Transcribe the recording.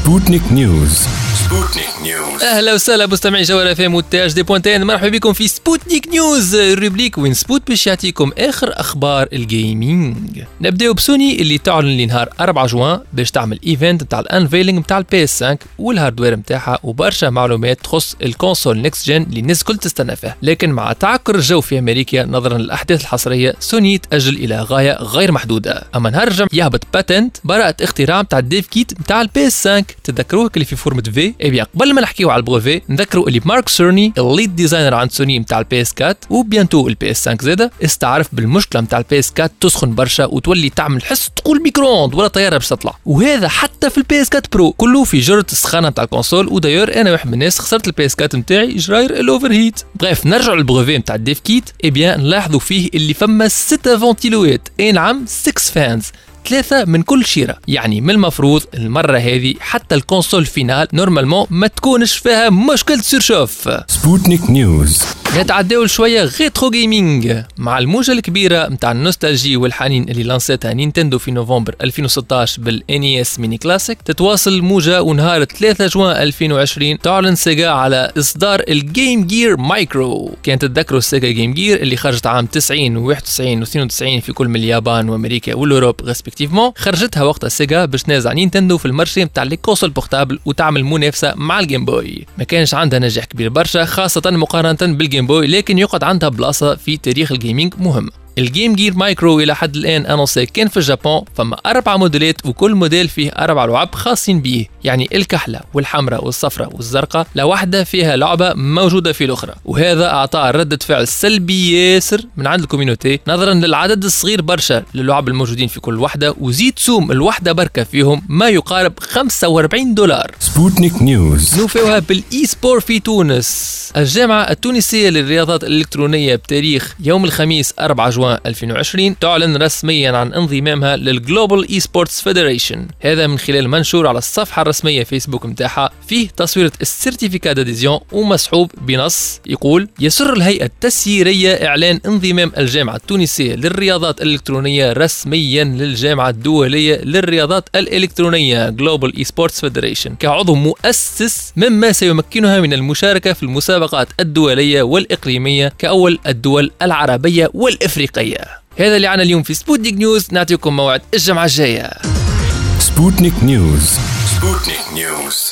سبوتنيك نيوز. سبوتنيك نيوز. اهلا وسهلا مستمعي جوهر FM والتاج دي بوانتين، مرحبا بكم في سبوتنيك نيوز، الروبريك وين سبوت باش يعطيكم اخر اخبار الجيمنج. نبداو بسوني اللي تعلن لنهار 4 جوان باش تعمل ايفنت نتاع الانفيلينغ نتاع البي اس 5 والهاردوير نتاعها وبرشا معلومات تخص الكونسول نيكست جين اللي الناس الكل تستنى فيه. لكن مع تعكر الجو في امريكا نظرا للاحداث الحصريه، سوني تاجل الى غايه غير محدوده. اما نهار الجمعه يهبط باتنت براءه اختراع نتاع الديف كيت نتاع البي اس 5، تذكروه اللي في فورمه في. بيان قبل ما نحكيو على البروفي نذكروا اللي مارك سيرني الليد ديزاينر عند سوني نتاع البي اس 4 وبيانتو البي اس 5 زاده استعرف بالمشكله نتاع البي اس 4 تسخن برشا وتولي تعمل حس تقول ميكرووند ولا طياره باش تطلع، وهذا حتى في البي اس 4 برو كله في جرة السخانه نتاع الكونسول. ودايور انا واحد من الناس خسرت البي اس 4 نتاعي جراير الاوفر هيت. بريف نرجعوا للبروفي نتاع الديف كيت. بيان نلاحظوا فيه اللي فما 6 فونتيلوات، اي نعم 6 فانز، 3 من كل شيرة. يعني من المفروض المرة هذه حتى الكونسول فينال نورمالمون ما تكونش فيها مشكلة سيرشوف. سبوتنيك نيوز. نتعداو شوية غيترو جيمنج مع الموجة الكبيرة متاع النوستالجي والحنين اللي لانسيتها نينتندو في نوفمبر 2016 بالNES ميني كلاسيك. تتواصل الموجة ونهار 3 جوان 2020 تعلن سيجا على إصدار الجيم جير مايكرو. كانت تتذكروا السيجا جيم جير اللي خرجت عام 90 و91 و92 في كل من اليابان وأمريكا والأوروب ريسبكتيفمون. خرجتها وقتها سيجا باش تنازع نينتندو في المارشي نتاع لي كونسول بورتابل وتعمل منافسة مع الجيم بوي. ما كانش عندها نجاح كبير برشا خاصة مقارنة بالجيم بوي، لكن يقعد عندها بلاصة في تاريخ الجيمنج مهم. الجيم جير مايكرو إلى حد الآن أنونسي كان في اليابان، فما 4 موديلات وكل موديل فيه 4 لعب خاصين بيه، يعني الكحلة والحمراء والصفراء والزرقاء لوحدة فيها لعبة موجودة في الأخرى. وهذا أعطى ردة فعل سلبي ياسر من عند الكوميونيتي نظرا للعدد الصغير برشا للعب الموجودين في كل وحدة، وزيد سوم الوحدة بركة فيهم ما يقارب $45. سبوتنيك نيوز. نوفيوها بالإي سبور في تونس. الجامعة التونسية للرياضات الإلكترونية بتاريخ يوم الخميس 4 جوان 2020 تعلن رسميا عن انضمامها للجلوبال اي سبورتس فيدريشن، هذا من خلال منشور على الصفحة الرسمية فيسبوك متاعها فيه تصويرة السيرتيفيكا داديزيون ومصحوب بنص يقول: يسر الهيئة التسييرية إعلان انضمام الجامعة التونسية للرياضات الإلكترونية رسميا للجامعة الدولية للرياضات الإلكترونية جلوبال اي سبورتس فيدريشن كعضو مؤسس، مما سيمكنها من المشاركة في المسابقات الدولية والإقليمية كأول الدول العربية والإفريقية. هذا اللي عنا اليوم في سبوتنيك نيوز، نعطيكم موعد الجمعة الجاية. سبوتنيك نيوز. سبوتنيك نيوز.